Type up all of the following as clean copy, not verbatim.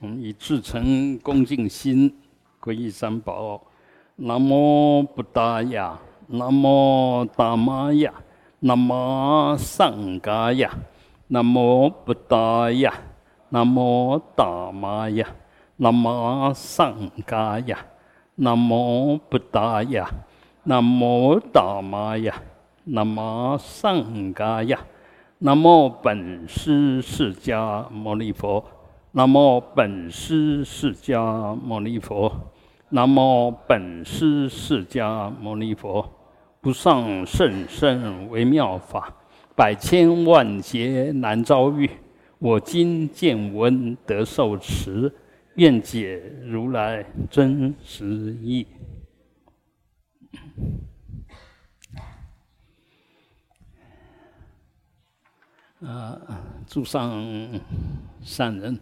以至诚恭敬心皈依三宝。南无布达雅，南无达玛雅，南无上伽雅，南无布达雅，南无达玛雅，南无上伽雅，南无布达雅，南无达玛雅，南无上伽雅，南无本师释迦牟尼佛。南无本师释迦牟尼佛，南无本师释迦牟尼佛。不上甚深微妙法，百千万劫难遭遇。我今见闻得受持，愿解如来真实义。诸上善人。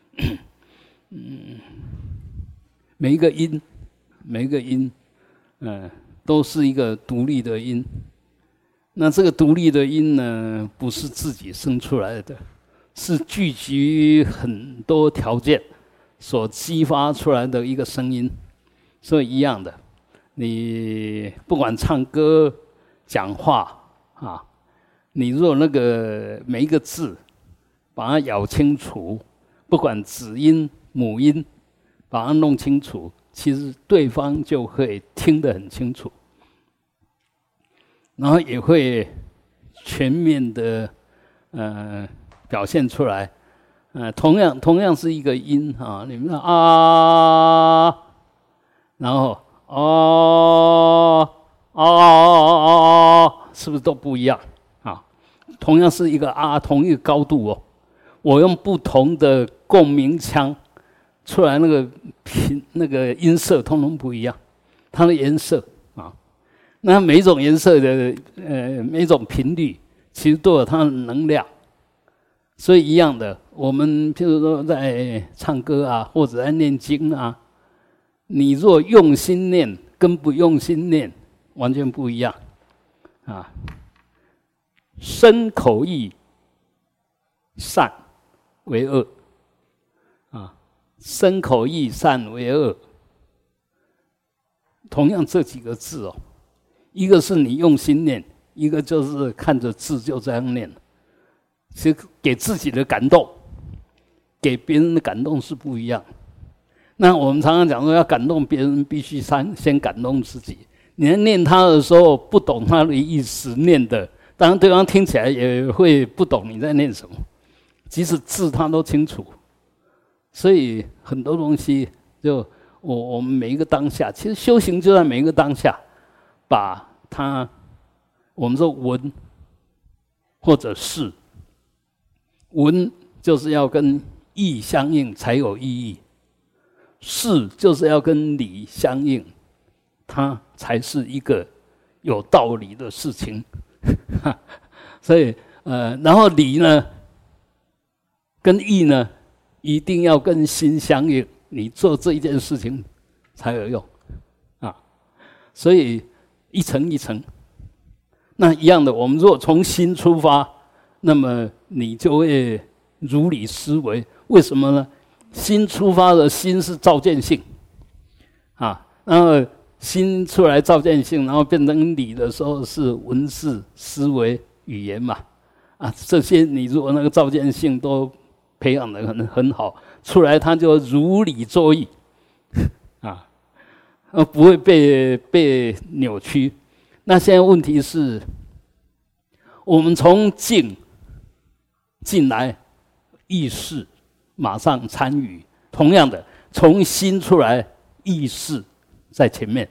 每一个音，都是一个独立的音。那这个独立的音呢，不是自己生出来的，是聚集很多条件所激发出来的一个声音。所以一样的，你不管唱歌、讲话啊，你若那个每一个字把它咬清楚，不管子音母音，把它弄清楚，其实对方就会听得很清楚，然后也会全面的表现出来。同样是一个音啊，你们啊，然后是不是都不一样啊？同样是一个啊，同一个高度哦，我用不同的共鸣腔出来，那个音色通通不一样，它的颜色啊，那每一种颜色的每一种频率，其实都有它的能量。所以一样的，我们譬如说在唱歌啊，或者在念经啊，你若用心念，跟不用心念完全不一样啊。身口意善为恶啊，身口意善为恶。同样这几个字哦，一个是你用心念，一个就是看着字就这样念。其实给自己的感动，给别人的感动是不一样。那我们常常讲说，要感动别人，必须先感动自己。你在念他的时候，不懂他的意思，念的，当然对方听起来也会不懂你在念什么。即使字他都清楚，所以很多东西就我们每一个当下，其实修行就在每一个当下，把它我们说闻或者视，闻就是要跟意相应才有意义，视就是要跟理相应，它才是一个有道理的事情。所以然后理呢跟意呢，一定要跟心相应，你做这一件事情才有用啊。所以一层一层，那一样的，我们如果从心出发，那么你就会如理思维。为什么呢？心出发的心是照见性啊，然后心出来照见性，然后变成理的时候是文字、思维、语言嘛啊，这些你如果那个照见性都培养得很好，出来它就如理作意啊，不会被扭曲。那现在问题是，我们从静进来，意识马上参与，同样的从心出来，意识在前面。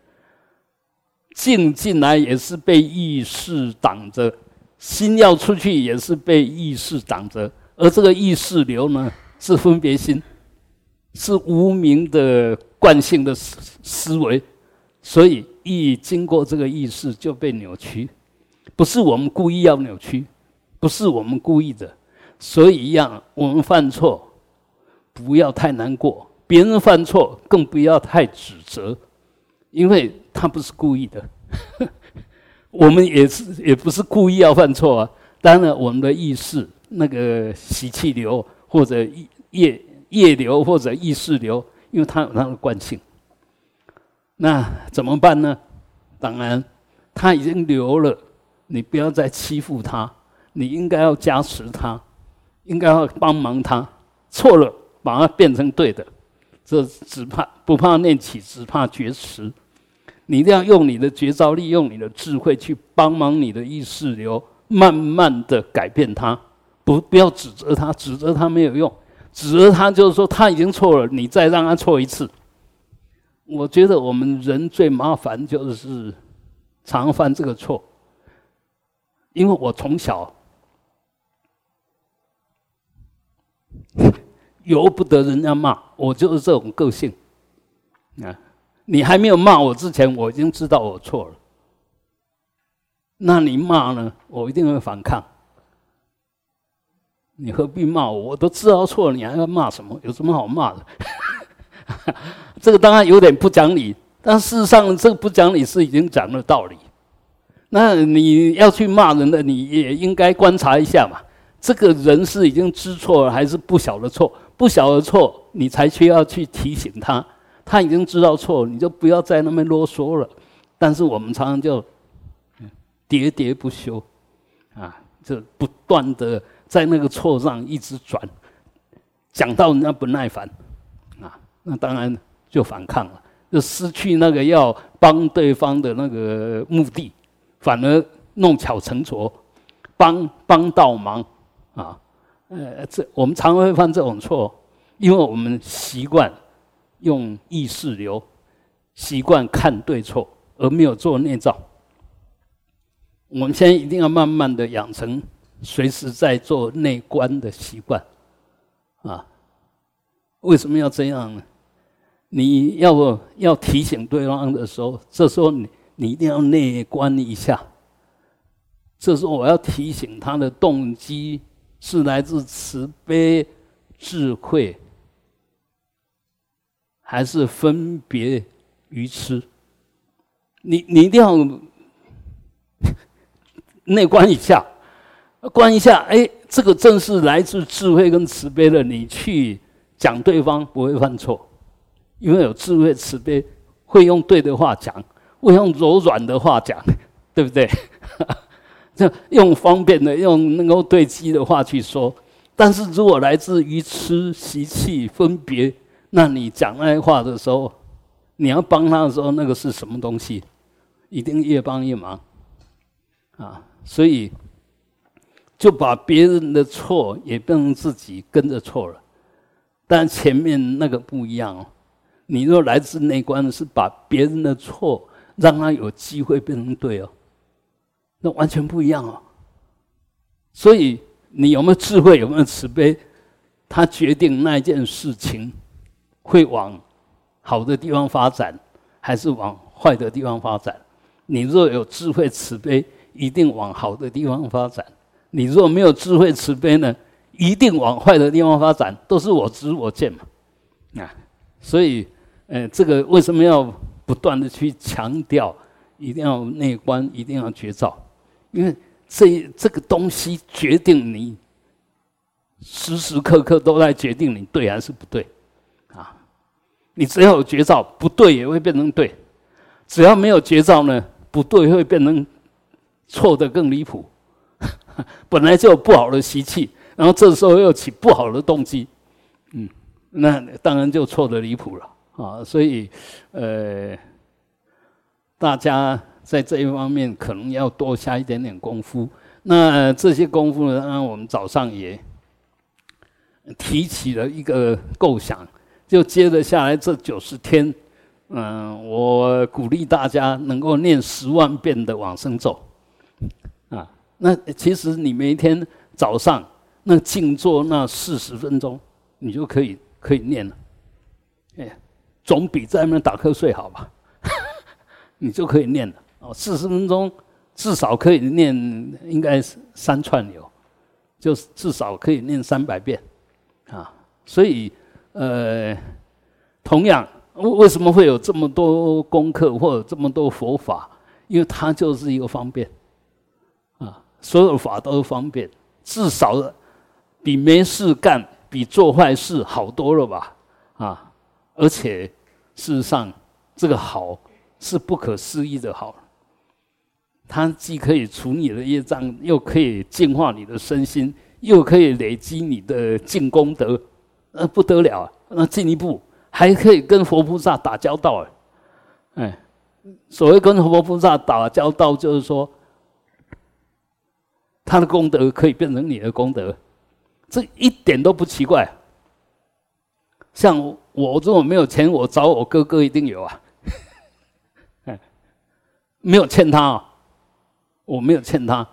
静进来也是被意识挡着，心要出去也是被意识挡着，而这个意识流呢，是分别心，是无明的惯性的思维，所以一经过这个意识就被扭曲，不是我们故意要扭曲，不是我们故意的。所以一样，我们犯错不要太难过，别人犯错更不要太指责，因为他不是故意的我们也不是故意要犯错啊。当然我们的意识那个习气流或者业流或者意识流，因为它有它的惯性。那怎么办呢？当然，它已经流了，你不要再欺负它，你应该要加持它，应该要帮忙它。错了，把它变成对的。这不怕念起，只怕觉迟。你一定要用你的绝招，利用你的智慧去帮忙你的意识流，慢慢的改变它。不要指责他，指责他没有用，指责他就是说他已经错了，你再让他错一次。我觉得我们人最麻烦就是常犯这个错，因为我从小由不得人家骂，我就是这种个性啊。你还没有骂我之前，我已经知道我错了。那你骂呢，我一定会反抗。你何必骂我？我都知道错了，你还要骂什么？有什么好骂的？这个当然有点不讲理，但事实上这个不讲理是已经讲了道理。那你要去骂人的，你也应该观察一下嘛。这个人是已经知错了，还是不晓得错？不晓得错，你才需要去提醒他。他已经知道错了，你就不要在那边啰嗦了。但是我们常常就喋喋不休啊，就不断的在那个错上一直转，讲到人家不耐烦啊，那当然就反抗了，就失去那个要帮对方的那个目的，反而弄巧成拙，帮倒忙啊。我们常会犯这种错，因为我们习惯用意识流，习惯看对错，而没有做内照。我们现在一定要慢慢的养成随时在做内观的习惯啊。为什么要这样呢？你要提醒对方的时候，这时候你一定要内观一下。这时候我要提醒他的动机是来自慈悲、智慧，还是分别愚痴？你一定要内观一下，观一下，这个正是来自智慧跟慈悲的，你去讲对方不会犯错，因为有智慧慈悲，会用对的话讲，会用柔软的话讲，对不对？就用方便的，用能够对机的话去说。但是如果来自愚痴、习气、分别，那你讲那些话的时候，你要帮他的时候，那个是什么东西？一定越帮越忙啊！所以就把别人的错也变成自己跟着错了。但前面那个不一样哦，你若来自内观的是把别人的错让他有机会变成对哦，那完全不一样哦。所以你有没有智慧，有没有慈悲，它决定那件事情会往好的地方发展，还是往坏的地方发展。你若有智慧慈悲，一定往好的地方发展；你若没有智慧慈悲呢，一定往坏的地方发展，都是我执我见嘛。啊，所以，这个为什么要不断的去强调，一定要内观，一定要觉照？因为这个东西决定你时时刻刻都在决定你对还是不对啊！你只要有觉照，不对也会变成对；只要没有觉照呢，不对会变成错的更离谱。本来就有不好的习气，然后这时候又起不好的动机，那当然就错的离谱了啊！所以，大家在这一方面可能要多下一点点功夫。那这些功夫呢，当然我们早上也提起了一个构想，就接着下来这90天，我鼓励大家能够念10万遍的往生咒啊。那其实你每一天早上那静坐那40分钟，你就可以念了，总比在那边打瞌睡好吧？你就可以念了哦，40分钟至少可以念，应该是3串流，就至少可以念300遍啊。所以同样，为什么会有这么多功课或者这么多佛法？因为它就是一个方便啊，所有法都是方便，至少比没事干比做坏事好多了吧？啊，而且事实上，这个好是不可思议的好，它既可以除你的业障，又可以净化你的身心，又可以累积你的净功德，不得了啊！那进一步还可以跟佛菩萨打交道，哎，所谓跟佛菩萨打交道，就是说他的功德可以变成你的功德，这一点都不奇怪。像我如果没有钱，我找我哥哥一定有啊，没有欠他啊，我没有欠他，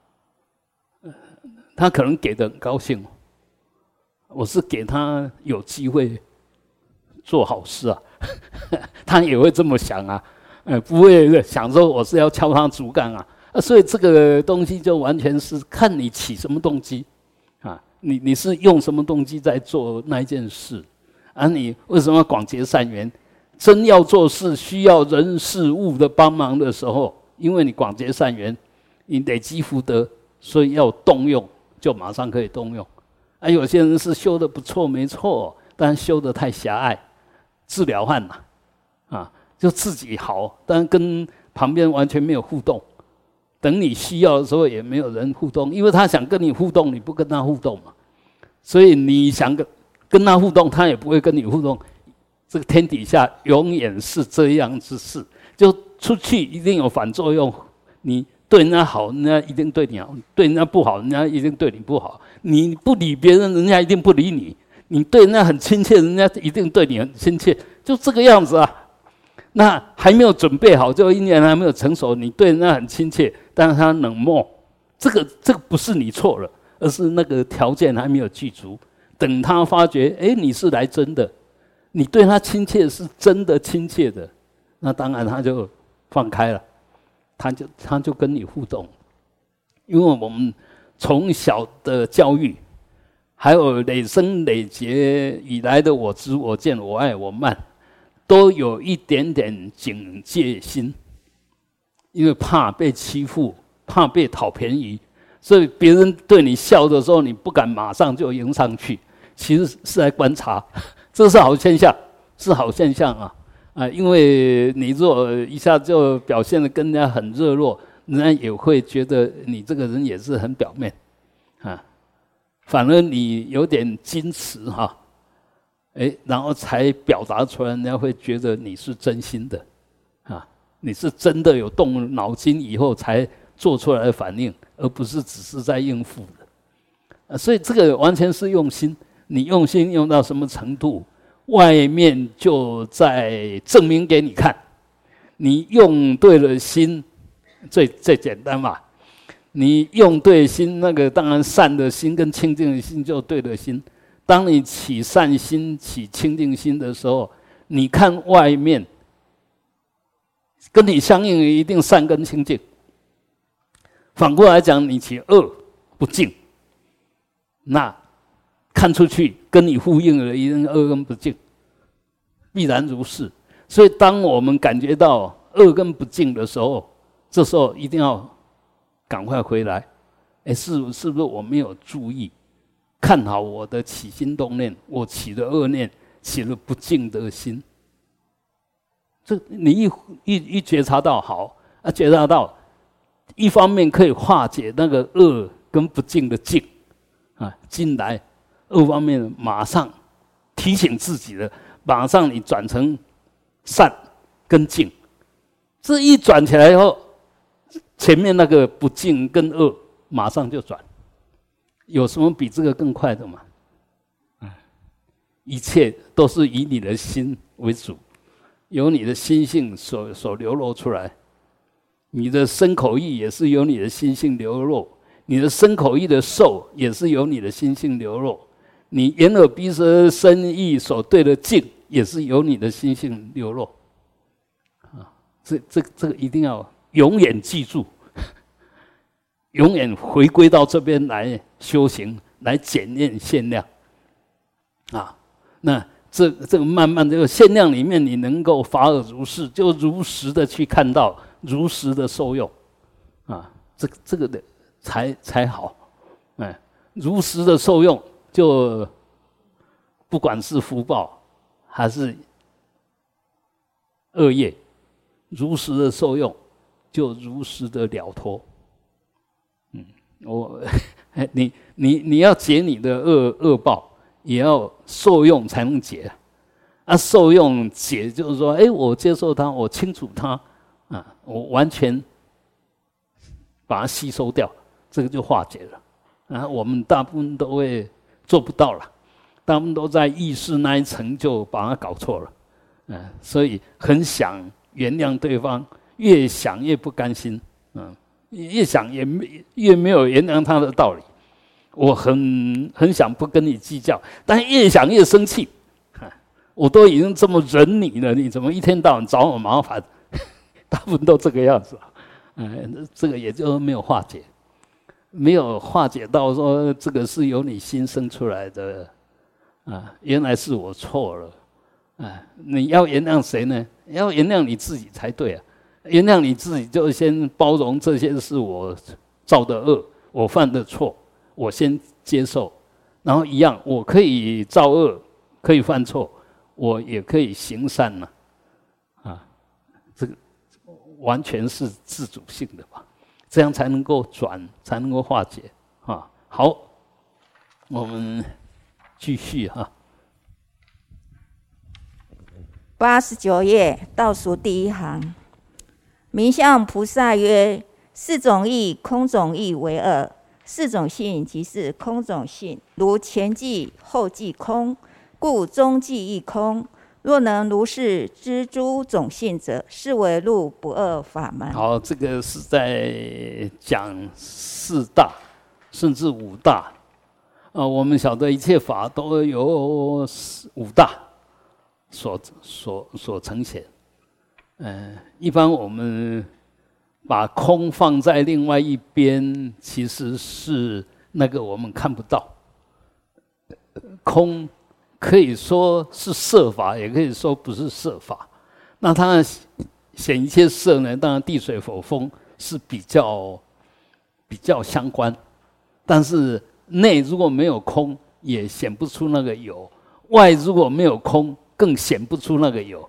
他可能给的很高兴，我是给他有机会做好事啊，他也会这么想啊，不会想说我是要敲他竹竿啊，所以这个东西就完全是看你起什么动机啊，你是用什么动机在做那一件事。啊，你为什么要广结善缘？真要做事需要人事物的帮忙的时候，因为你广结善缘，你累积福德，所以要动用，就马上可以动用。啊，有些人是修的不错，没错，但修的太狭隘，治疗汉嘛，啊，就自己好，但跟旁边完全没有互动。等你需要的时候，也没有人互动，因为他想跟你互动，你不跟他互动嘛，所以你想跟他互动，他也不会跟你互动。这个天底下永远是这样之事，就出去一定有反作用。你对人家好，人家一定对你好；对人家不好，人家一定对你不好。你不理别人，人家一定不理你；你对人家很亲切，人家一定对你很亲切。就这个样子啊。那还没有准备好，就因缘还没有成熟，你对人家很亲切，但是他冷漠，这个不是你错了，而是那个条件还没有具足。等他发觉，你是来真的，你对他亲切是真的亲切的，那当然他就放开了，他就跟你互动。因为我们从小的教育，还有累生累劫以来的我知我见我爱我慢，都有一点点警戒心，因为怕被欺负，怕被讨便宜，所以别人对你笑的时候，你不敢马上就迎上去。其实是来观察，这是好现象，是好现象啊！因为你如果一下就表现得跟人家很热络，人家也会觉得你这个人也是很表面啊。反而你有点矜持哈，然后才表达出来，人家会觉得你是真心的啊，你是真的有动脑筋以后才做出来的反应，而不是只是在应付的。所以这个完全是用心。你用心用到什么程度，外面就在证明给你看。你用对了心，最简单嘛。你用对心，那个当然善的心跟清净的心就对了心。当你起善心、起清净心的时候，你看外面跟你相应的一定善跟清净。反过来讲，你起恶不净，那看出去跟你呼应的一定恶跟不净，必然如是。所以当我们感觉到恶跟不净的时候，这时候一定要赶快回来。是不是我没有注意看好我的起心动念，我起了恶念，起了不净的心。这你一觉察到好啊，觉察到一方面可以化解那个恶跟不净的净啊进来。二方面马上提醒自己的，马上你转成善跟净，这一转起来以后，前面那个不净跟恶马上就转，有什么比这个更快的吗？一切都是以你的心为主，由你的心性所流露出来，你的身口意也是由你的心性流露，你的身口意的受也是由你的心性流露。你眼耳鼻舌身意所对的境，也是由你的心性流露，这个一定要永远记住，永远回归到这边来修行，来检验限量，那这个慢慢这个限量里面，你能够法尔如是，就如实的去看到，如实的受用，这个的才好，如实的受用。就不管是福报还是恶业，如实的受用，就如实的了脱。你要解你的恶报，也要受用才能解啊。受用解就是说，我接受它，我清楚它啊，我完全把它吸收掉，这个就化解了啊。我们大部分都会做不到了，大部分都在意识那一层就把它搞错了，所以很想原谅对方，越想越不甘心，越想越没有原谅他的道理。我很想不跟你计较，但越想越生气。我都已经这么忍你了，你怎么一天到晚找我麻烦？大部分都这个样子，这个也就没有化解，没有化解到说这个是由你心生出来的啊，原来是我错了啊！你要原谅谁呢？要原谅你自己才对啊！原谅你自己，就先包容这些是我造的恶，我犯的错，我先接受，然后一样，我可以造恶，可以犯错，我也可以行善呢，这个完全是自主性的吧，这样才能够转，才能够化解啊。好，我们继续哈。 89页倒数第一行，名相菩萨曰：四种义，空种义为二。四种性即是空种性，如前即后即空，故中即亦空。若能如是知诸种性者，是为入不二法门。 好，这个是在讲四大，甚至五大。我们晓得一切法都由五大所呈现。一般我们把空放在另外一边，其实是那个我们看不到。空可以说是色法，也可以说不是色法。那它显一切色呢，当然地水火风是比较相关，但是内如果没有空，也显不出那个有；外如果没有空，更显不出那个有。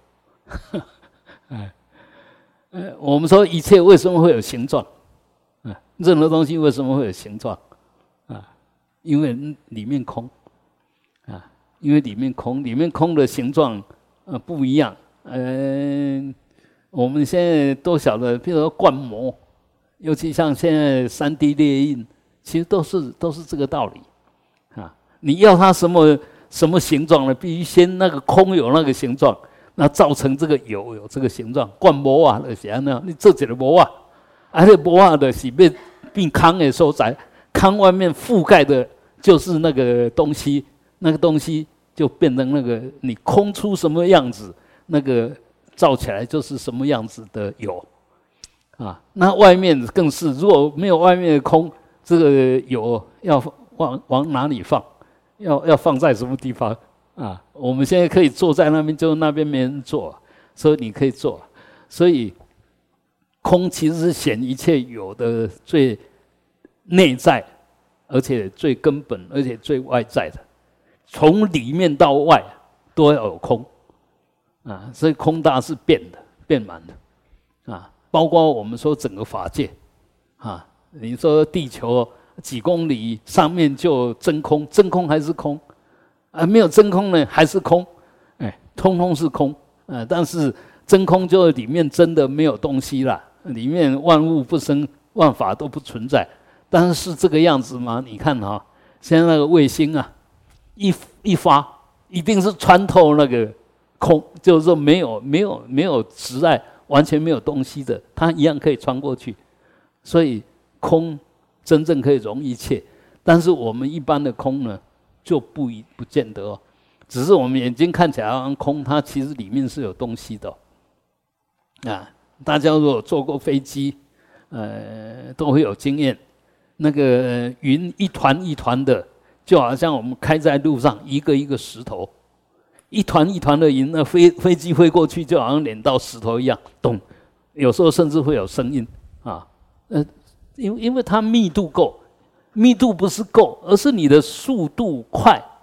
我们说一切为什么会有形状？任何东西为什么会有形状？因为里面空，因为里面空的形状不一样。我们现在都晓得，比如说灌模，尤其像现在3D 列印，其实都是这个道理啊。你要它什么形状呢？必须先那个空有那个形状。那造成这个有这个形状，灌模啊，就是安那，你做一个模啊，这模啊就是要变空的所在，空外面覆盖的就是那个东西，那个东西就变成那个你空出什么样子，那个造起来就是什么样子的有那外面更是，如果没有外面的空，这个有要往哪里放？要放在什么地方？我们现在可以坐在那边，就那边没人坐，所以你可以坐。所以空其实是显一切有的最内在，而且最根本，而且最外在的，从里面到外都要有空所以空大是变的，变满的包括我们说整个法界你说地球几公里上面就真空，真空还是空。没有真空呢，还是空，通通是空，但是真空就里面真的没有东西啦，里面万物不生，万法都不存在，但是是这个样子吗？你看现在那个卫星一发，一定是穿透那个空，就是说没有直碍，完全没有东西的，它一样可以穿过去，所以空真正可以容一切，但是我们一般的空呢？就不见得只是我们眼睛看起来好像空，它其实里面是有东西的大家如果坐过飞机，都会有经验。那个云一团一团的，就好像我们开在路上一个一个石头，一团一团的云，那飞机飞过去就好像碾到石头一样，咚，有时候甚至会有声音因为它密度够。密度不是够，而是你的速度快，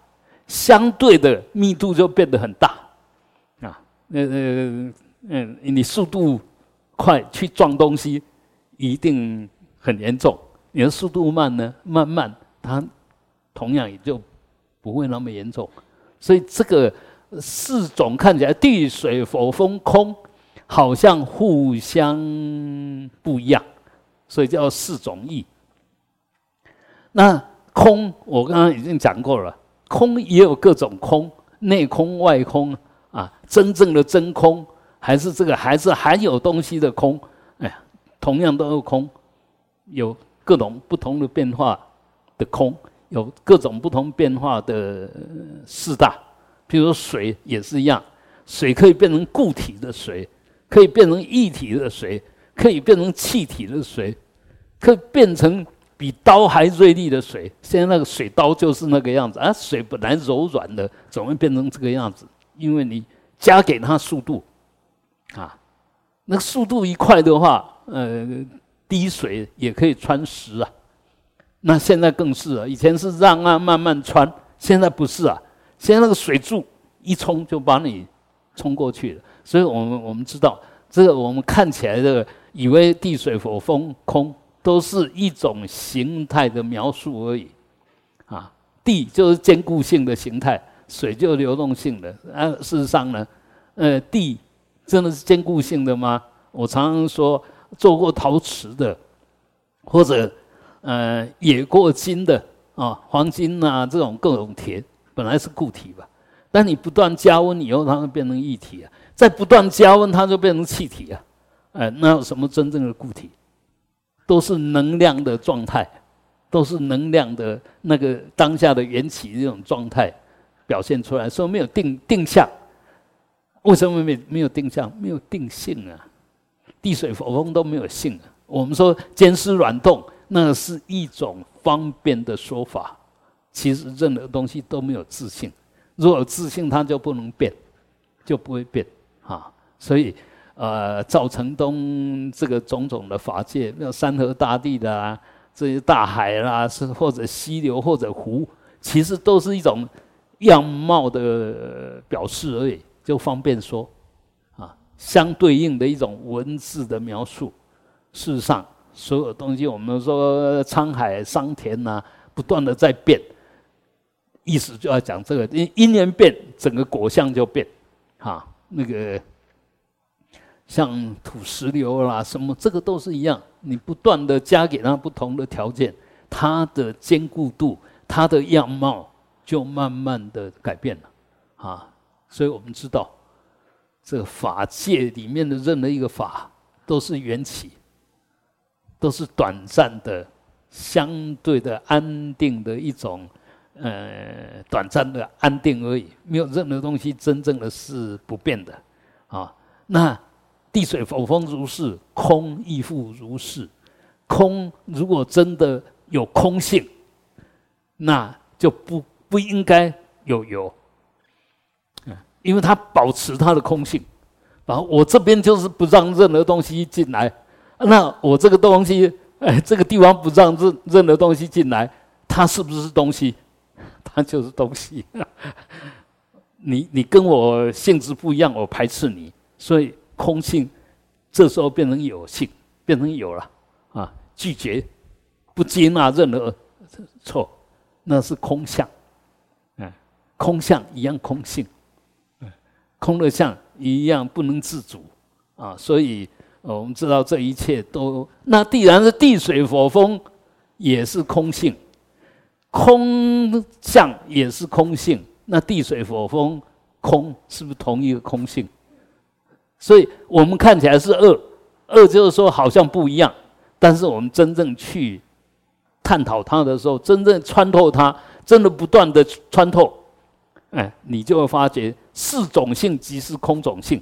相对的密度就变得很大啊。你速度快去撞东西，一定很严重。你的速度慢呢，慢慢它同样也就不会那么严重。所以这个四种看起来地水火风空好像互相不一样，所以叫四种义。那空我刚刚已经讲过了，空也有各种空，内空外空啊，真正的真空还是含有东西的空，同样都是空，有各种不同的变化的空，有各种不同变化的四大。比如说水也是一样，水可以变成固体的水，可以变成液体的水，可以变成气体的水，可以变成比刀还锐利的水。现在那个水刀就是那个样子啊，水本来柔软的，怎么会变成这个样子？因为你加给它速度啊，那个速度一快的话，滴水也可以穿石啊。那现在更是了，以前是让它慢慢穿，现在不是啊。现在那个水柱一冲就把你冲过去了，所以我们知道这个，我们看起来的以为地水火风空都是一种形态的描述而已啊。地就是坚固性的形态，水就是流动性的啊。事实上呢，地真的是坚固性的吗？我常常说，做过陶瓷的，或者冶过金的啊，黄金啊这种各种铁。本来是固体吧，但你不断加温以后，它会变成液体啊；再不断加温，它就变成气体啊。那有什么真正的固体？都是能量的状态，都是能量的那个当下的缘起这种状态表现出来，所以没有定向。为什么没有定向？没有定性啊！地水火风都没有性啊。我们说坚湿软动，那是一种方便的说法。其实任何东西都没有自性，如果有自性，它就不能变，就不会变啊。所以，赵成东这个种种的法界，那山河大地啦，这些大海啦，是或者溪流或者湖，其实都是一种样貌的表示而已，就方便说啊，相对应的一种文字的描述。事实上，所有东西，我们说沧海桑田呐，不断的在变。意思就要讲这个，因缘变，整个果相就变，那个像土石流啦什么，这个都是一样，你不断的加给它不同的条件，它的坚固度、它的样貌就慢慢的改变了，所以我们知道，这个法界里面的任何一个法都是缘起，都是短暂的、相对的安定的一种。短暂的安定而已，没有任何东西真正的是不变的啊。那地水火风如是，空亦复如是。空如果真的有空性，那就不应该有，因为它保持它的空性。然后我这边就是不让任何东西进来，那我这个东西，这个地方不让任何东西进来，它是不是东西？它就是东西，你跟我性质不一样，我排斥你，所以空性这时候变成有性，变成有了啊，拒绝不接纳任何错，那是空相，空相一样空性，空的相一样不能自主啊，所以我们知道这一切都，那既然是地水火风，也是空性。空相也是空性，那地水火风空是不是同一个空性？所以我们看起来是二就是说好像不一样，但是我们真正去探讨它的时候，真正穿透它，真的不断的穿透，你就会发觉四种性即是空种性，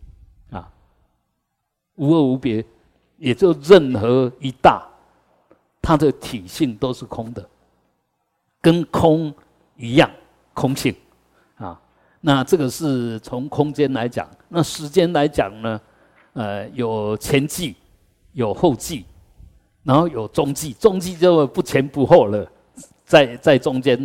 无二无别，也就任何一大，它的体性都是空的。跟空一样，空性啊。那这个是从空间来讲，那时间来讲呢？有前际，有后际，然后有中际。中际就不前不后了，在中间的。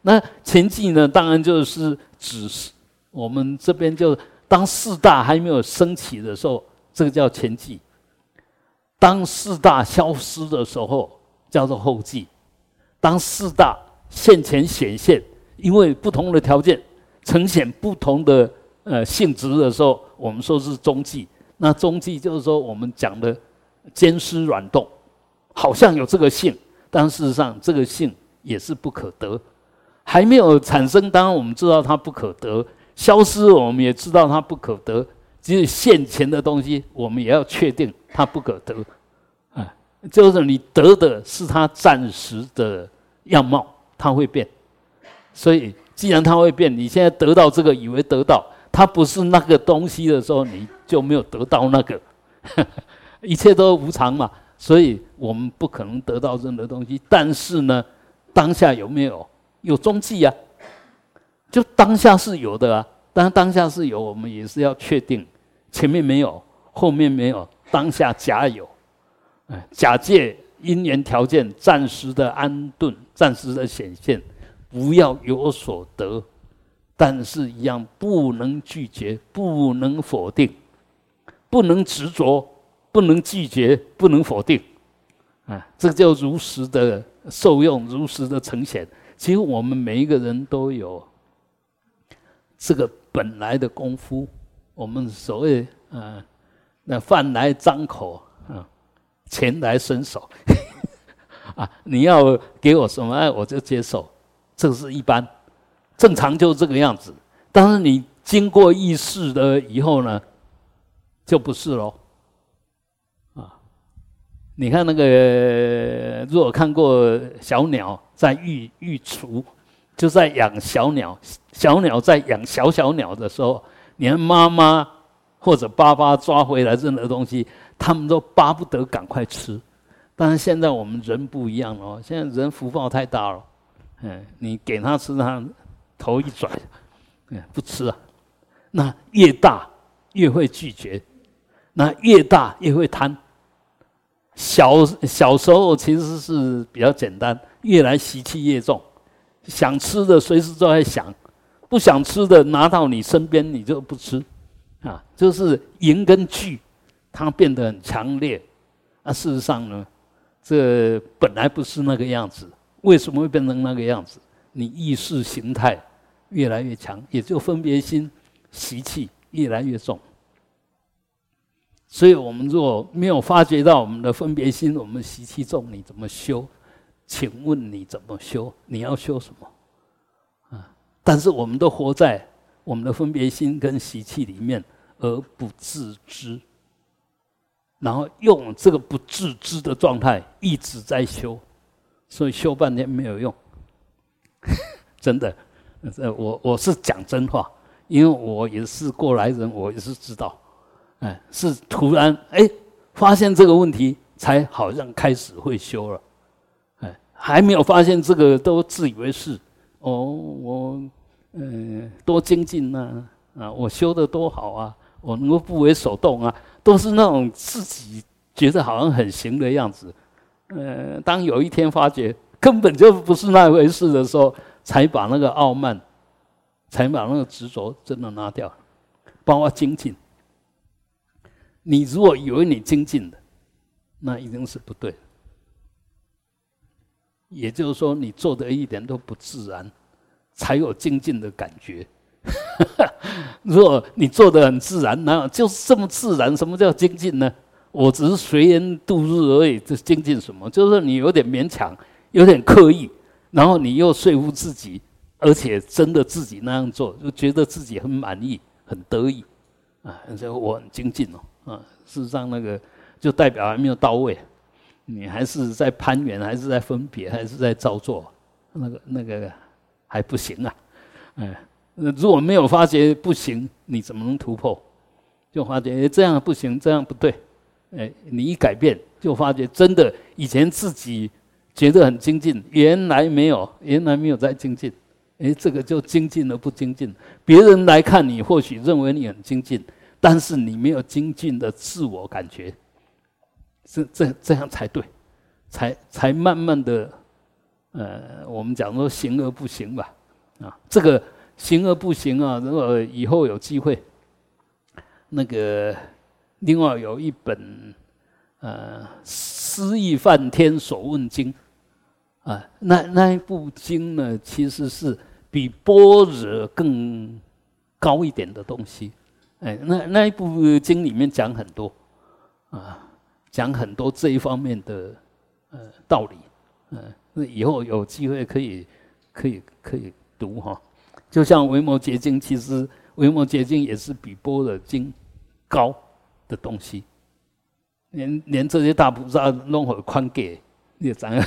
那前记呢，当然就是指我们这边就当四大还没有升起的时候，这个叫前记；当四大消失的时候，叫做后记；当四大现前显现，因为不同的条件呈现不同的性质的时候，我们说是中记。那中记就是说我们讲的坚湿软动，好像有这个性，但事实上这个性也是不可得，还没有产生，当然我们知道它不可得；消失，我们也知道它不可得。即使现前的东西，我们也要确定它不可得。就是你得的是它暂时的样貌，它会变。所以既然它会变，你现在得到这个，以为得到，它不是那个东西的时候，你就没有得到那个。一切都无常嘛，所以我们不可能得到任何东西。但是呢，当下有没有？有中记啊，就当下是有的啊。当然当下是有，我们也是要确定前面没有，后面没有，当下假有。假借因缘条件暂时的安顿，暂时的显现，不要有所得，但是一样不能拒绝，不能否定，不能执着，不能拒绝，不能否定。这叫如实的受用，如实的呈现。其实我们每一个人都有这个本来的功夫。我们所谓那饭来张口，钱来伸手。你要给我什么，我就接受，这是一般，正常就是这个样子。但是你经过意识了以后呢，就不是咯。你看那个，如果看过小鸟在育雏，就在养小鸟，小鸟在养小鸟的时候，你看妈妈或者爸爸抓回来任何东西，他们都巴不得赶快吃。但是现在我们人不一样了，现在人福报太大了，你给他吃，他头一转，不吃啊。那越大越会拒绝，那越大越会贪。小时候其实是比较简单，越来习气越重，想吃的随时都在想，不想吃的拿到你身边你就不吃，就是赢跟拒，它变得很强烈。事实上呢，这本来不是那个样子，为什么会变成那个样子？你意识形态越来越强，也就分别心习气越来越重。所以我们如果没有发觉到我们的分别心，我们习气重，你怎么修？请问你怎么修？你要修什么？但是我们都活在我们的分别心跟习气里面而不自知，然后用这个不自知的状态一直在修，所以修半天没有用。真的，我是讲真话，因为我也是过来人，我也是知道。是突然发现这个问题，才好像开始会修了。还没有发现这个，都自以为是。我多精进我修得多好啊，我能够不为所动啊，都是那种自己觉得好像很行的样子。当有一天发觉根本就不是那回事的时候，才把那个傲慢，才把那个执着真的拿掉，包括精进。你如果以为你精进的，那一定是不对的。也就是说，你做的一点都不自然，才有精进的感觉。如果你做的很自然，哪有就是这么自然？什么叫精进呢？我只是随缘度日而已，这精进什么？就是你有点勉强，有点刻意，然后你又说服自己，而且真的自己那样做，就觉得自己很满意、很得意所以我很精进事实上那个就代表还没有到位，你还是在攀缘，还是在分别，还是在造作，那个还不行啊。如果没有发觉不行，你怎么能突破？就发觉这样不行，这样不对。你一改变，就发觉真的以前自己觉得很精进，原来没有在精进。这个就精进而不精进。别人来看你，或许认为你很精进，但是你没有精进的自我感觉，这样才对，才慢慢的我们讲说行而不行吧，这个行而不行啊，如果以后有机会，那个另外有一本诗意梵天所问经那一部经呢，其实是比般若更高一点的东西。那一部经里面讲很多讲很多这一方面的道理。以后有机会可以读哈。就像维摩诘经，其实维摩诘经也是比般若经高的东西。连这些大菩萨弄好宽给，你也知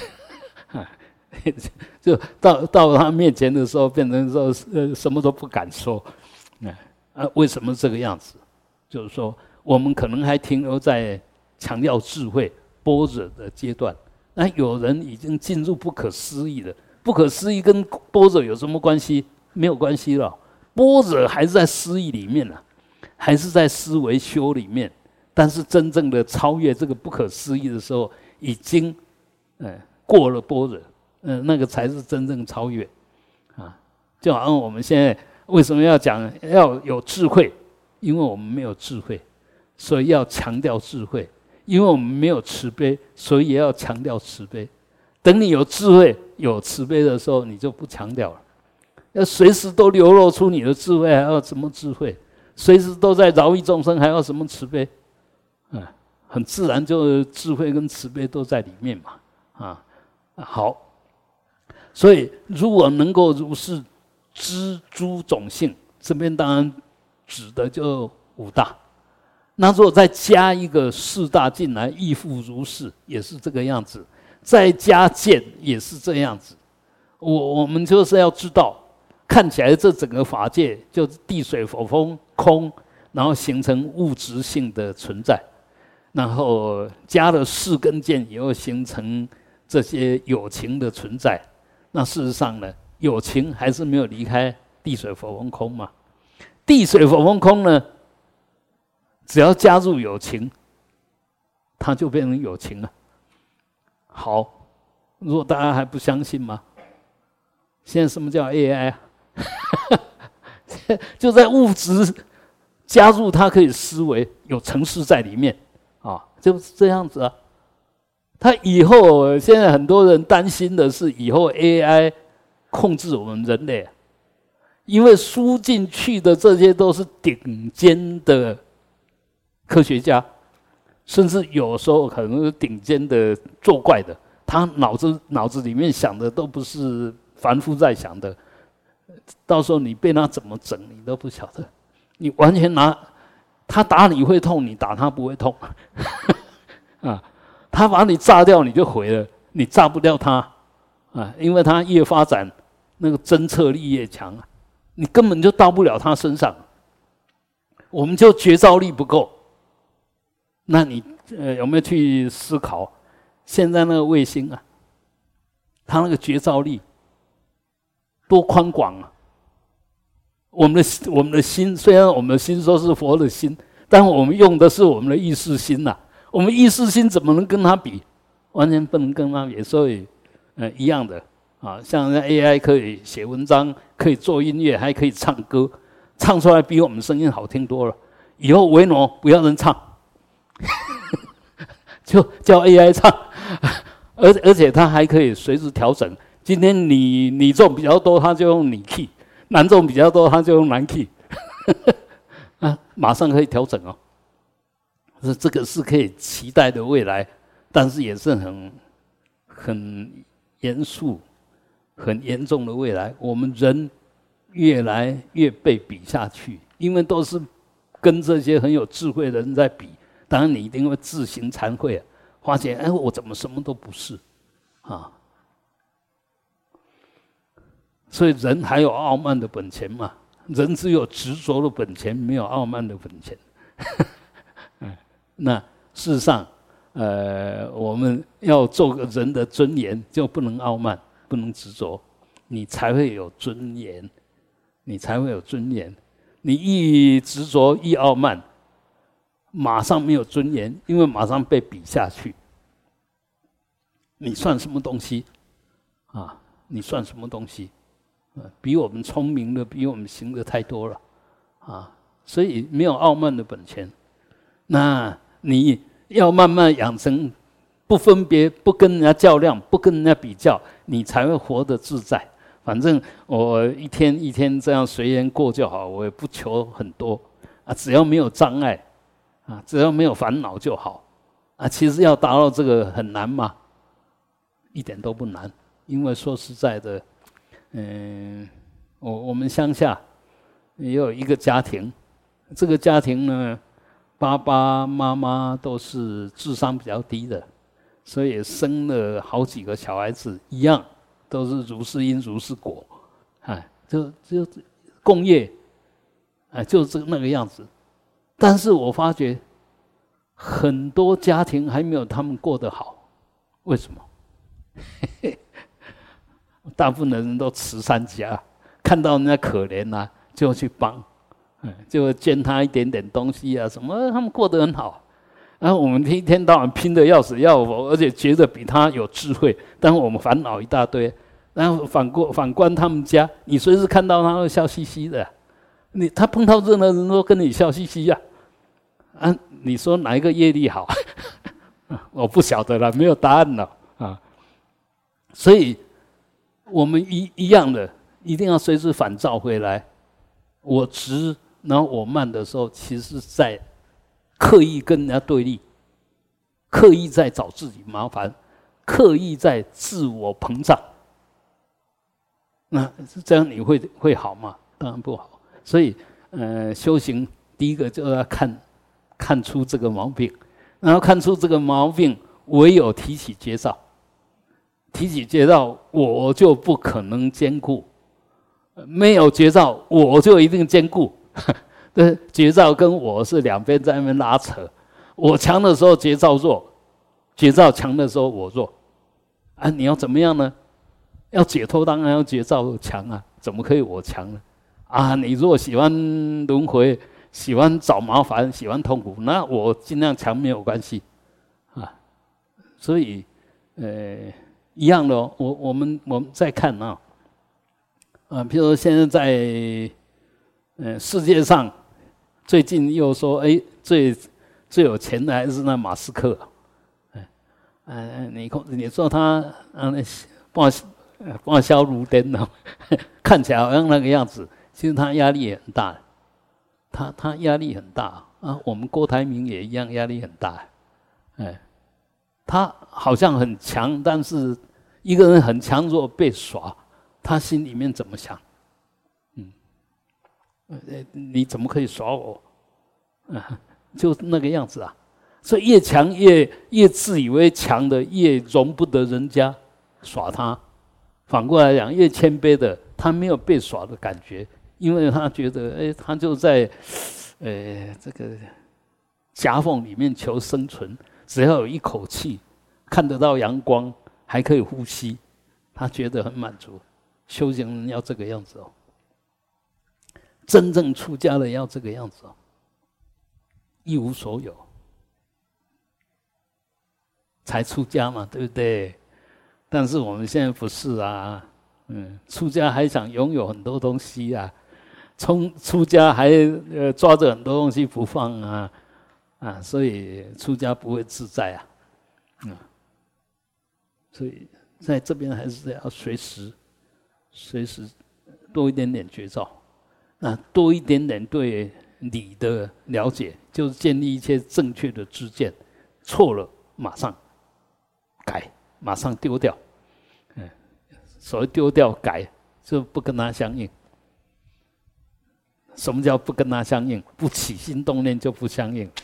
就到他面前的时候，变成说什么都不敢说。为什么这个样子？就是说，我们可能还停留在强调智慧、般若的阶段。那有人已经进入不可思议了，不可思议跟般若有什么关系？没有关系了。般若还是在思议里面还是在思维修里面。但是真正的超越这个不可思议的时候，已经过了般若，那个才是真正超越就好像我们现在为什么要讲要有智慧？因为我们没有智慧，所以要强调智慧；因为我们没有慈悲，所以也要强调慈悲。等你有智慧、有慈悲的时候，你就不强调了。要随时都流露出你的智慧，还要什么智慧？随时都在饶益众生，还要什么慈悲？很自然，就智慧跟慈悲都在里面嘛。好，所以如果能够如是知诸种性，这边当然指的就五大。那如果再加一个四大进来，亦复如是，也是这个样子。再加见，也是这样子。我们就是要知道，看起来这整个法界就是地水火风空，然后形成物质性的存在。然后加了四根见以后，形成这些有情的存在。那事实上呢，有情还是没有离开地水火风空嘛？地水火风空呢，只要加入有情，它就变成有情了。好，如果大家还不相信吗？现在什么叫 AI 就在物质加入它可以思维，有程式在里面。就是这样子他以后现在很多人担心的是，以后 AI 控制我们人类，因为输进去的这些都是顶尖的科学家，甚至有时候可能是顶尖的作怪的，他脑子里面想的都不是凡夫在想的，到时候你被他怎么整，你都不晓得，你完全他打你会痛，你打他不会痛他把你炸掉，你就毁了，你炸不掉他因为他越发展，那个侦测力越强你根本就到不了他身上。我们就觉照力不够，那你有没有去思考，现在那个卫星它那个觉照力多宽广我们的心，虽然我们的心说是佛的心，但我们用的是我们的意识心我们意识心怎么能跟它比？完全不能跟它比。所以一样的像 AI 可以写文章，可以做音乐，还可以唱歌，唱出来比我们声音好听多了。以后维诺不要人唱就叫 AI 唱而且它还可以随时调整。今天你重比较多，它就用你 key； 男重比较多，它就用男 key 马上可以调整这个是可以期待的未来，但是也是很严肃、很严重的未来。我们人越来越被比下去，因为都是跟这些很有智慧的人在比。当然，你一定会自行惭愧发现我怎么什么都不是所以人还有傲慢的本钱嘛？人只有执着的本钱，没有傲慢的本钱。那事实上，我们要做个人的尊严，就不能傲慢，不能执着，你才会有尊严，你才会有尊严。你一执着一傲慢，马上没有尊严，因为马上被比下去。你算什么东西啊，你算什么东西？比我们聪明的，比我们行的太多了啊！所以没有傲慢的本钱。那你要慢慢养成不分别、不跟人家较量、不跟人家比较，你才会活得自在。反正我一天一天这样随缘过就好，我也不求很多啊，只要没有障碍啊，只要没有烦恼就好啊。其实要达到这个很难吗？一点都不难，因为说实在的，我们乡下也有一个家庭，这个家庭呢，爸爸妈妈都是智商比较低的，所以生了好几个小孩子，一样都是如是因如是果，就共业，就是那个样子。但是我发觉很多家庭还没有他们过得好，为什么？大部分的人都慈善家，看到人家可怜啊，就去帮，就捐他一点点东西啊，什么他们过得很好。然后我们一天到晚拼得要死要活，而且觉得比他有智慧，但我们烦恼一大堆。然后反观他们家，你随时看到他会笑嘻嘻的，他碰到任何人都跟你笑嘻嘻呀。你说哪一个业力好？我不晓得了，没有答案了啊。所以我们一样的，一定要随时反照回来。我直，然后我慢的时候，其实在刻意跟人家对立，刻意在找自己麻烦，刻意在自我膨胀。那这样你会好吗？当然不好。所以，修行第一个就要看出这个毛病，然后看出这个毛病，唯有提起觉照。提起觉照，我就不可能兼顾；没有觉照，我就一定兼顾。觉照跟我是两边在那边拉扯，我强的时候觉照弱，觉照强的时候我弱。你要怎么样呢？要解脱，当然要觉照强啊，怎么可以我强呢？你如果喜欢轮回，喜欢找麻烦，喜欢痛苦，那我尽量强没有关系啊。所以，一样的哦。我们再看譬如说现在在世界上，最近又说，最有钱的还是那马斯克，你说他报销如灯呢，看起来好像那个样子，其实他压力也很大，他压力很大啊。我们郭台铭也一样，压力很大，他好像很强，但是一个人很强，如果被耍，他心里面怎么想？你怎么可以耍我？就那个样子啊。所以越强越自以为强的，越容不得人家耍他。反过来讲，越谦卑的，他没有被耍的感觉，因为他觉得，他就在这个夹缝里面求生存，只要有一口气，看得到阳光，还可以呼吸，他觉得很满足。修行人要这个样子哦，真正出家的要这个样子哦，一无所有才出家嘛，对不对？但是我们现在不是啊，出家还想拥有很多东西啊，出家还抓着很多东西不放啊，所以出家不会自在啊，所以在这边还是要随时多一点点觉照，多一点点对理的了解，就是建立一些正确的知见，错了马上改，马上丢掉。所谓丢掉改，就不跟他相应。什么叫不跟他相应？不起心动念就不相应，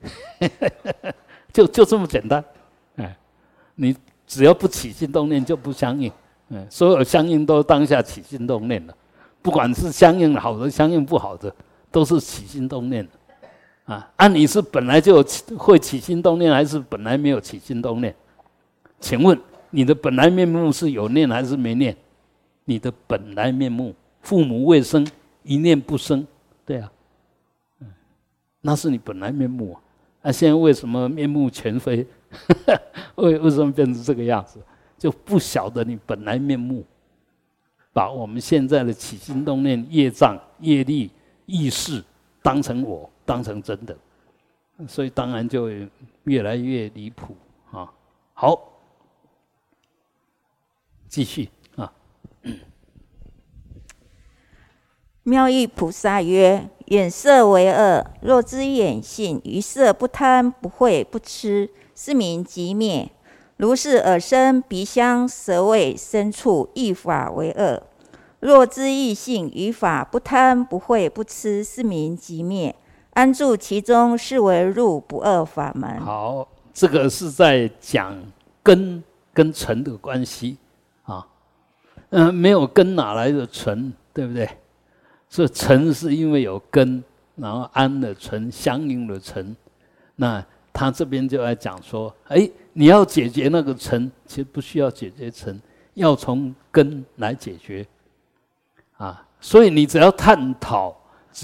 就这么简单。你只要不起心动念就不相应。所有相应都当下起心动念了，不管是相应好的，相应不好的，都是起心动念的。你是本来就会起心动念，还是本来没有起心动念？请问你的本来面目是有念还是没念？你的本来面目，父母未生，一念不生，对啊，那是你本来面目啊。现在为什么面目全非？为什么变成这个样子？ 就不晓得你本来面目，把我们现在的起心动念、业障、业力、意识当成我，当成真的，所以当然就越来越离谱啊。好，继续啊。 妙义菩萨曰：眼色为恶，若知眼性，于色不贪不恚不痴，是名即灭。如是耳身鼻香舌味身触意法为恶，若知意性，于法不贪不恚不痴，是名即灭。安住其中，是为入不二法门。 好，这个是在讲根跟尘的关系啊。没有根哪来的尘，对不对？所以尘是因为有根，然后安了尘，相应了尘。那他这边就来讲说，你要解决那个尘，其实不需要解决尘，要从根来解决啊。所以你只要探讨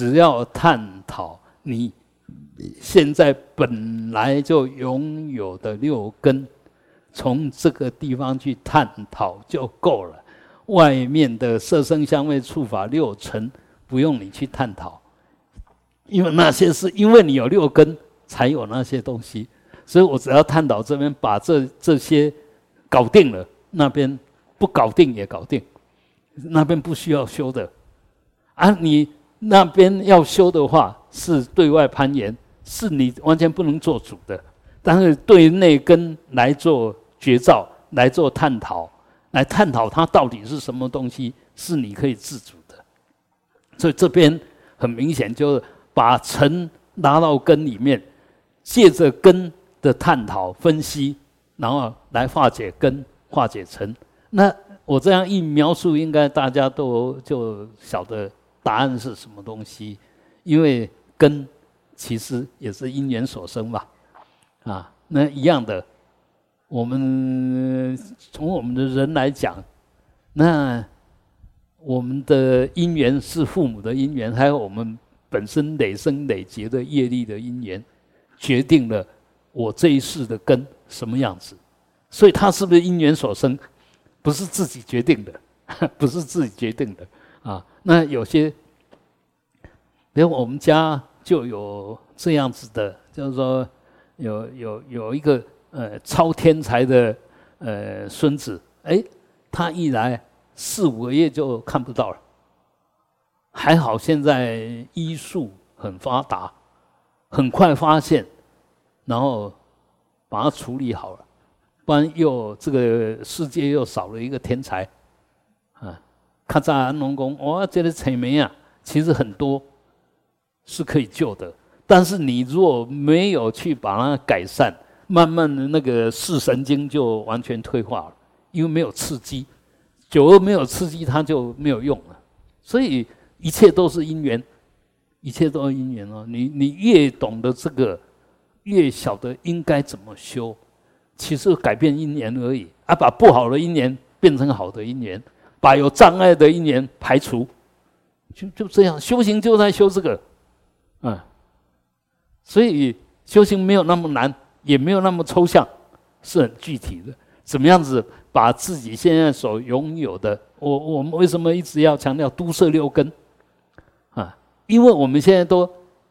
你现在本来就拥有的六根，从这个地方去探讨就够了。外面的色声香味触法六尘不用你去探讨，因为那些是因为你有六根才有那些东西，所以我只要探讨这边把这些搞定了，那边不搞定也搞定，那边不需要修的啊。你那边要修的话，是对外攀岩，是你完全不能做主的。但是对内根来做觉照，来做探讨，来探讨它到底是什么东西，是你可以自主的。所以这边很明显就是把尘拉到根里面，借着根的探讨分析，然后来化解根，化解尘。那我这样一描述，应该大家都就晓得答案是什么东西。因为根其实也是因缘所生嘛，啊，那一样的，我们从我们的人来讲，那我们的因缘是父母的因缘，还有我们本身累生累劫的业力的因缘，决定了我这一世的根什么样子。所以它是不是因缘所生，不是自己决定的，不是自己决定的啊。那有些，比如我们家就有这样子的，就是说有一个超天才的孙子，他一来4、5个月就看不到了。还好现在医术很发达，很快发现，然后把它处理好了，不然这个世界又少了一个天才啊！较早安农讲，哇，这个青梅啊，其实很多是可以救的，但是你如果没有去把它改善，慢慢的那个视神经就完全退化了，因为没有刺激，久而没有刺激，它就没有用了。所以一切都是因缘，一切都是因缘哦。你越懂得这个，越晓得应该怎么修。其实改变因缘而已啊，把不好的因缘变成好的因缘，把有障碍的因缘排除，就这样。修行就在修这个，所以修行没有那么难，也没有那么抽象，是很具体的。怎么样子把自己现在所拥有的，我们为什么一直要强调都摄六根啊？因为我们现在都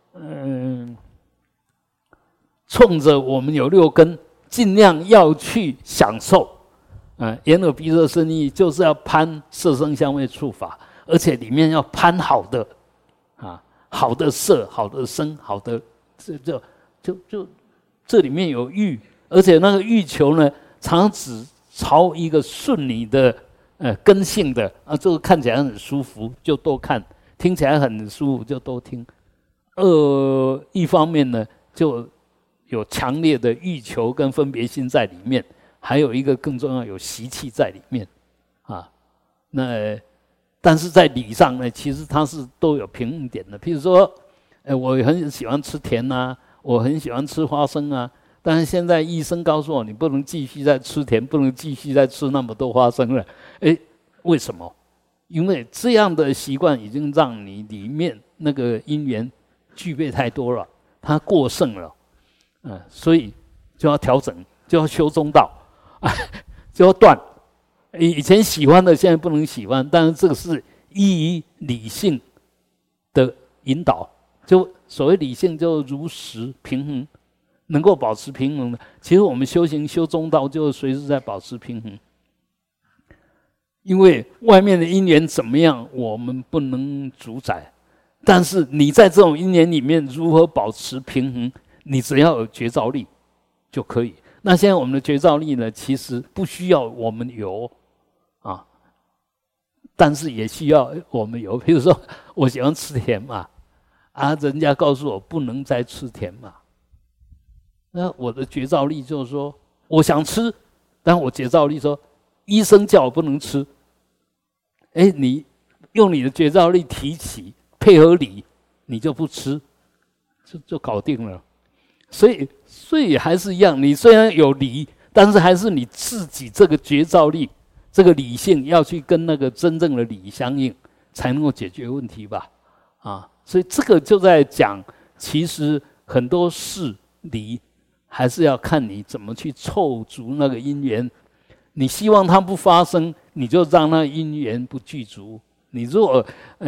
冲着我们有六根，尽量要去享受眼耳鼻舌身意，就是要攀色声香味触法，而且里面要攀好的好的色，好的声，好的就这里面有欲，而且那个欲求呢，常只朝一个顺你的根性的这个看起来很舒服就多看，听起来很舒服就多听。一方面呢，就有强烈的欲求跟分别心在里面，还有一个更重要，有习气在里面那但是在理上呢，其实它是都有平衡点的。譬如说，我很喜欢吃甜我很喜欢吃花生但是现在医生告诉我，你不能继续再吃甜，不能继续再吃那么多花生了。为什么？因为这样的习惯已经让你里面那个因缘具备太多了，它过剩了，所以就要调整，就要修中道，就要断以前喜欢的现在不能喜欢，但是这个是依于理性的引导，就所谓理性就如实平衡，能够保持平衡的。其实我们修行修中道，就随时在保持平衡。因为外面的因缘怎么样，我们不能主宰，但是你在这种因缘里面如何保持平衡，你只要有觉照力就可以。那现在我们的觉照力呢，其实不需要我们有啊，但是也需要我们有。比如说，我喜欢吃甜嘛，人家告诉我不能再吃甜嘛，那我的觉照力就是说，我想吃，但我觉照力说，医生叫我不能吃。你用你的觉照力提起，配合理，你就不吃，就搞定了。所以还是一样，你虽然有理，但是还是你自己这个觉照力，这个理性要去跟那个真正的理相应，才能够解决问题吧。所以这个就在讲，其实很多事理还是要看你怎么去凑足那个因缘。你希望它不发生，你就让那因缘不具足。你如果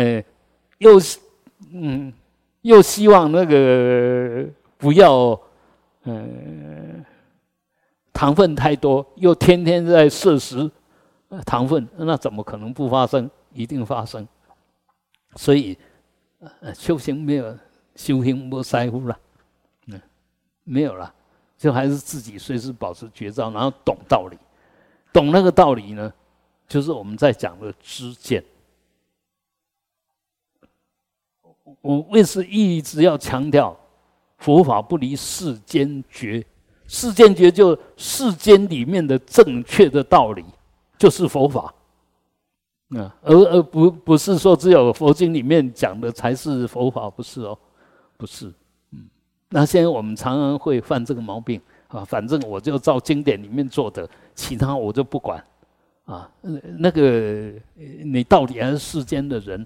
又希望那个不要糖分太多，又天天在摄食糖分，那怎么可能不发生？一定发生。所以修行没有修行没在乎了，没有了，就还是自己随时保持觉照，然后懂道理。懂那个道理呢，就是我们在讲的知见。我为什么一直要强调佛法不离世间觉？世间觉就世间里面的正确的道理，就是佛法。而不是说只有佛经里面讲的才是佛法，不是哦，不是。那现在我们常常会犯这个毛病。反正我就照经典里面做的，其他我就不管。那个你到底还是世间的人，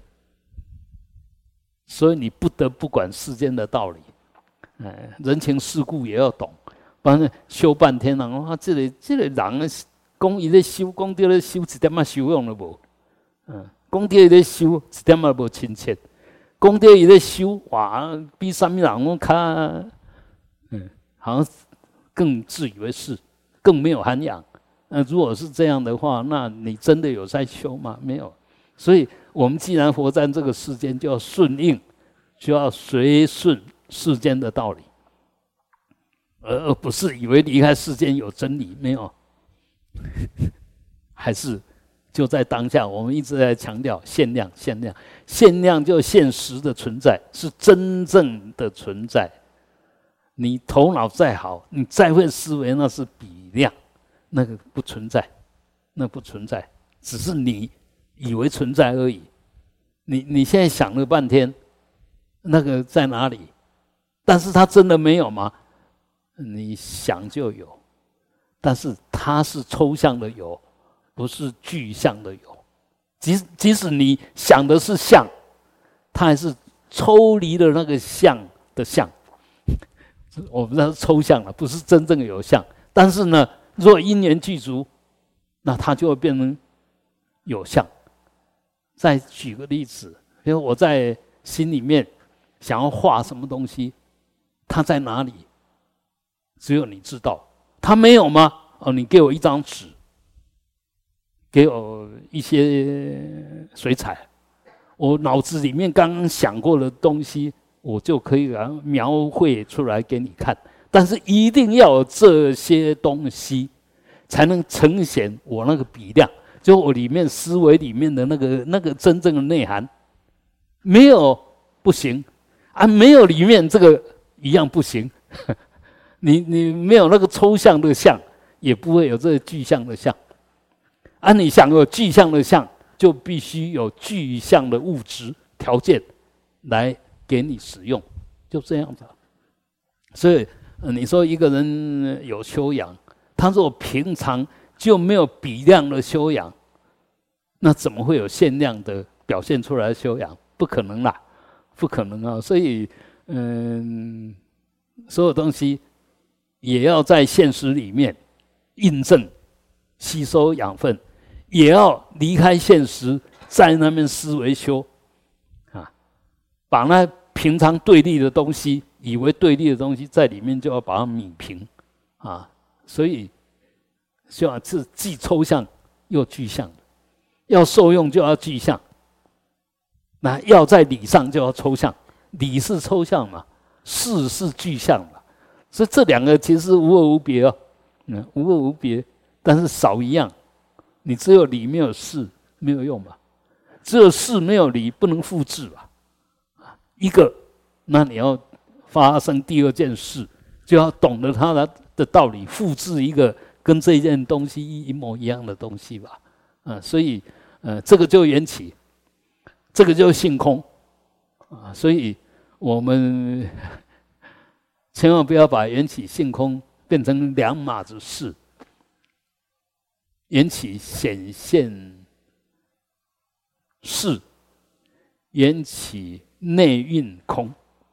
所以你不得不管世间的道理。人情世故也要懂，不然修半天人讲这个人讲伊咧修，讲到咧修一点仔修养都无。讲到伊咧修一点仔无亲切，讲到伊咧修哇，比什么人讲好像更自以为是，更没有涵养。如果是这样的话，那你真的有在修吗？没有。所以我们既然活在这个世间，就要顺应，就要随顺世间的道理，而不是以为离开世间有真理，没有。还是就在当下，我们一直在强调限量，限量，限量就现实的存在，是真正的存在。你头脑再好，你再会思维，那是比量，那个不存在，那不存在，只是你以为存在而已。你现在想了半天，那个在哪里？但是它真的没有吗？你想就有，但是它是抽象的有，不是具象的有。即使你想的是相，它还是抽离了那个相的相。我们那是抽象了，不是真正的有相。但是呢，若因缘具足，那它就会变成有相。再举个例子，比如我在心里面想要画什么东西，它在哪里？只有你知道。它没有吗？你给我一张纸，给我一些水彩，我脑子里面刚刚想过的东西，我就可以描绘出来给你看。但是一定要有这些东西，才能呈现我那个笔量，就我里面思维里面的那个真正的内涵。没有不行没有里面这个一样不行。你没有那个抽象的相，也不会有这个具象的相。你想有具象的相，就必须有具象的物质条件来给你使用，就这样子。所以你说一个人有修养，他如果平常就没有比量的修养，那怎么会有限量的表现出来的修养？不可能啦，不可能啊！所以所有东西也要在现实里面印证、吸收养分， 也要离开现实，在那边思维修啊，把那平常对立的东西，以为对立的东西，在里面就要把它泯平啊。所以，希望是既抽象又具象的，要受用就要具象，那要在理上就要抽象，理是抽象嘛，事是具象嘛，所以这两个其实无二无别哦，无二无别，但是少一样，你只有理没有事没有用嘛，只有事没有理不能复制吧，一个，那你要发生第二件事，就要懂得它的道理，复制一个跟这件东西一模一样的东西吧，所以这个就缘起，这个就性空啊，所以我们千万不要把缘起性空变成两码子事。缘起显现事，缘起内蕴空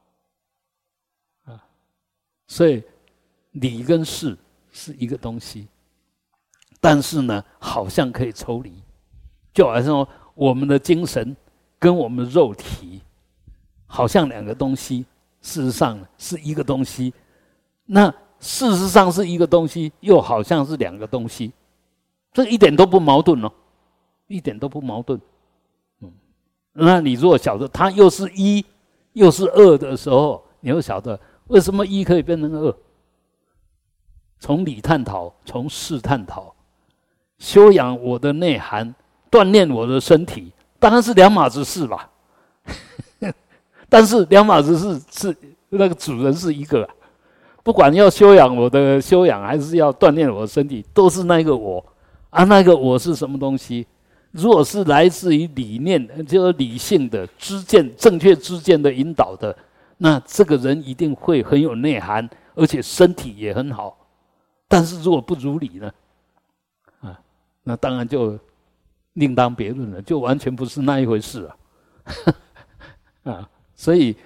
啊，所以理跟事是一个东西，但是呢，好像可以抽离，就好像说我们的精神跟我们的肉体好像两个东西，事实上是一个东西。那事实上是一个东西，又好像是两个东西，这一点都不矛盾哦，一点都不矛盾。那你如果晓得它又是一又是二的时候，你又晓得为什么一可以变成二。从理探讨，从事探讨，修养我的内涵，锻炼我的身体，当然是两码子事吧。但是两码子事是那个主人是一个，不管要修养我的修养，还是要锻炼我的身体，都是那个我啊。那个我是什么东西？如果是来自于理念，就是理性的知见、正确知见的引导的，那这个人一定会很有内涵，而且身体也很好。但是如果不如理呢？那当然就另当别论了，就完全不是那一回事啊。所以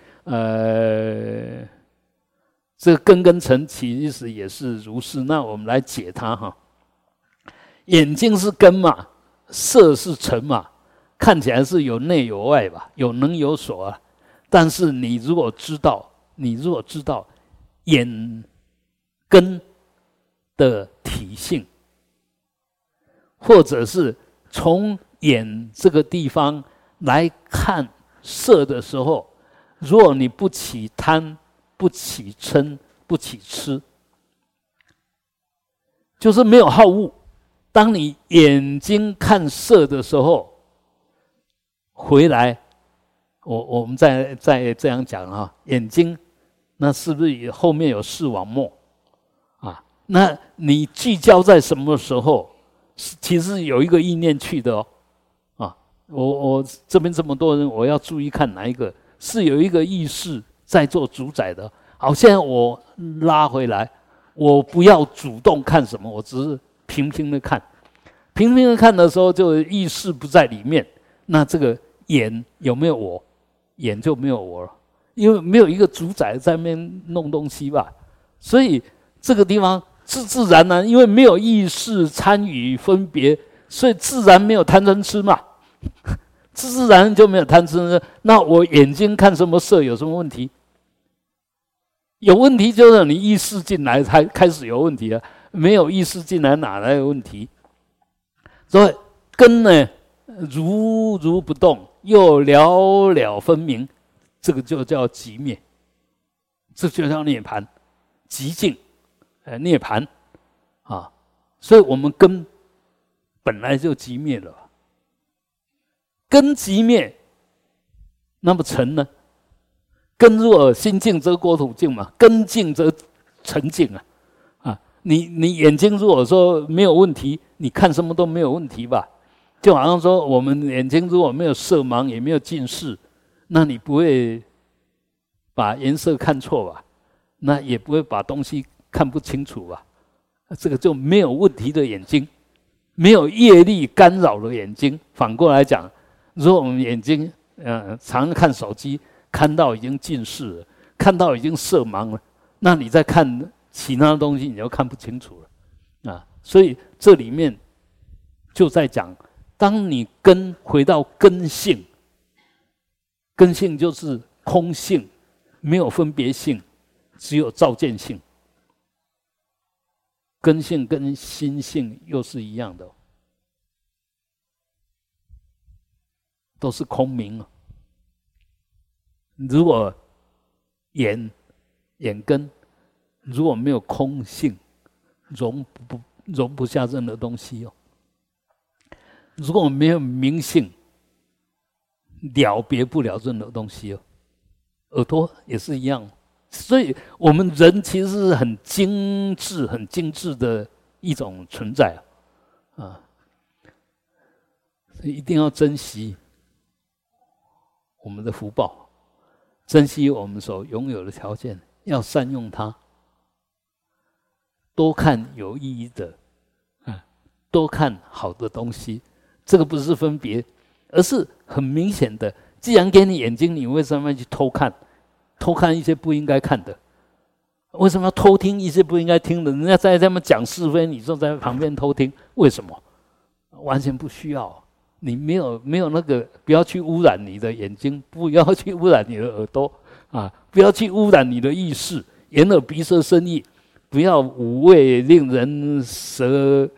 这根根尘其实也是如是。那我们来解它哈。眼睛是根嘛，色是尘嘛，看起来是有内有外吧，有能有所啊。但是你如果知道眼根的体性，或者是从眼这个地方来看色的时候，如果你不起贪、不起嗔、不起痴，就是没有好恶。当你眼睛看色的时候，回来，我们再这样讲啊，眼睛那是不是后面有视网膜啊？那你聚焦在什么时候？其实有一个意念去的哦，啊，我这边这么多人，我要注意看哪一个是有一个意识在做主宰的。好，现在我拉回来，我不要主动看什么，我只是平平的看，平平的看的时候，就意识不在里面。那这个眼有没有我？眼就没有我了，因为没有一个主宰在那边弄东西吧。所以这个地方自然呢，因为没有意识参与分别，所以自然没有贪嗔痴嘛，自然就没有贪嗔痴。那我眼睛看什么色有什么问题？有问题就是你意识进来才开始有问题啊，没有意识进来哪来有问题？所以根呢如不动，又了了分明，这个就叫寂灭，这就叫涅槃，寂静。涅槃啊，所以我们根本来就寂灭了，根寂灭，那么尘呢？根若心净则国土净嘛，根净则尘净啊！你眼睛如果说没有问题，你看什么都没有问题吧？就好像说我们眼睛如果没有色盲，也没有近视，那你不会把颜色看错吧？那也不会把东西看不清楚吧？这个就没有问题的眼睛，没有业力干扰的眼睛。反过来讲，如果我们眼睛常看手机，看到已经近视了，看到已经色盲了，那你再看其他的东西，你就看不清楚了啊。所以这里面就在讲，当你根回到根性，根性就是空性，没有分别性，只有照见性。根性跟心性又是一样的，都是空明。如果眼根如果没有空性，容不下任何东西哦。如果没有明性，了别不了任何东西哦。耳朵也是一样，所以我们人其实是很精致的一种存在啊，所以一定要珍惜我们的福报，珍惜我们所拥有的条件，要善用它，多看有意义的，多看好的东西。这个不是分别，而是很明显的。既然给你眼睛，你为什么要去偷看？偷看一些不应该看的？为什么要偷听一些不应该听的？人家在他们讲是非，你坐在旁边偷听，为什么？完全不需要。你没有那个，不要去污染你的眼睛，不要去污染你的耳朵啊！不要去污染你的意识，眼耳鼻舌身意，不要五味令人舌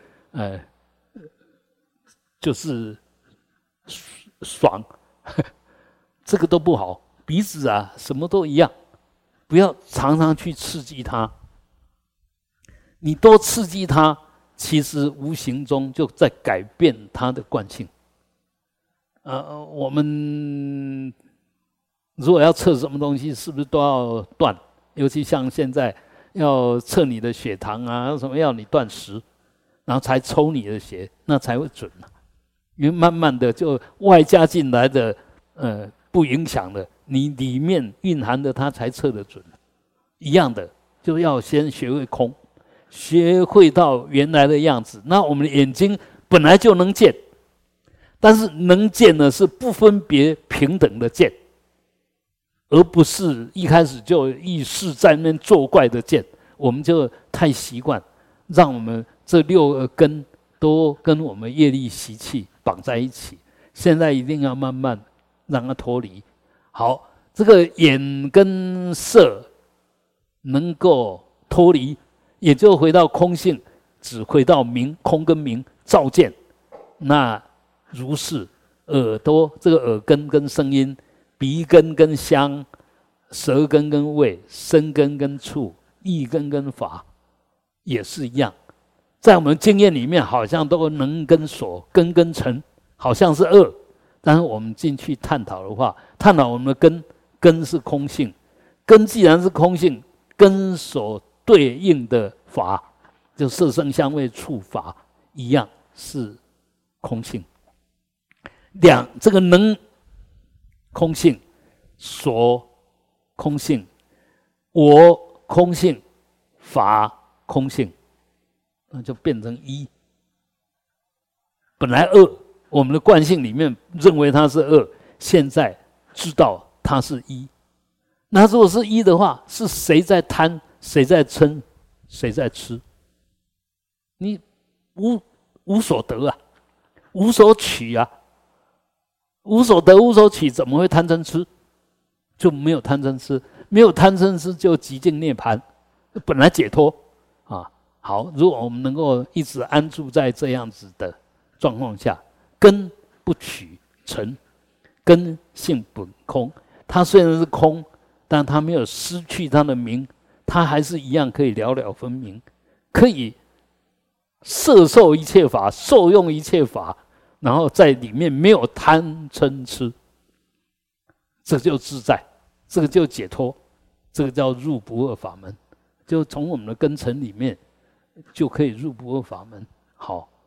就是爽，这个都不好。鼻子啊，什么都一样，不要常常去刺激它。你多刺激它，其实无形中就在改变它的惯性。我们如果要测什么东西，是不是都要断？尤其像现在要测你的血糖啊，什么要你断食，然后才抽你的血，那才会准啊。因为慢慢的就外加进来的不影响的，你里面蕴含的它才测得准。一样的，就要先学会空，学会到原来的样子。那我们的眼睛本来就能见，但是能见呢是不分别平等的见，而不是一开始就意识在那边作怪的见。我们就太习惯，让我们这6个根都跟我们业力习气绑在一起。现在一定要慢慢让它脱离。好，这个眼跟色能够脱离，也就回到空性，只回到明，空跟明照见。那如是耳朵，这个耳根跟声音，鼻根跟香，舌根跟味，身根跟触，意根跟法，也是一样。在我们经验里面，好像都能跟所，根跟尘，好像是2。但是我们进去探讨的话，探讨我们的根是空性，根既然是空性，根所对应的法，就色声香味触法一样是空性。这个能空性，所空性，我空性，法空性，那就变成一。本来2，我们的惯性里面认为它是2，现在知道它是1。那如果是1的话，是谁在贪，谁在嗔，谁在痴？你无所得啊，无所取啊，无所得无所取，怎么会贪嗔痴？就没有贪嗔痴，没有贪嗔痴就极尽涅槃，本来解脱啊。好，如果我们能够一直安住在这样子的状况下，根不取尘，根性本空。它虽然是空，但它没有失去它的明，它还是一样可以了了分明，可以摄受一切法，受用一切法，然后在里面没有贪嗔痴，这就自在，这个就解脱，这个叫入不二法门。就从我们的根尘里面就可以入不二法门。好。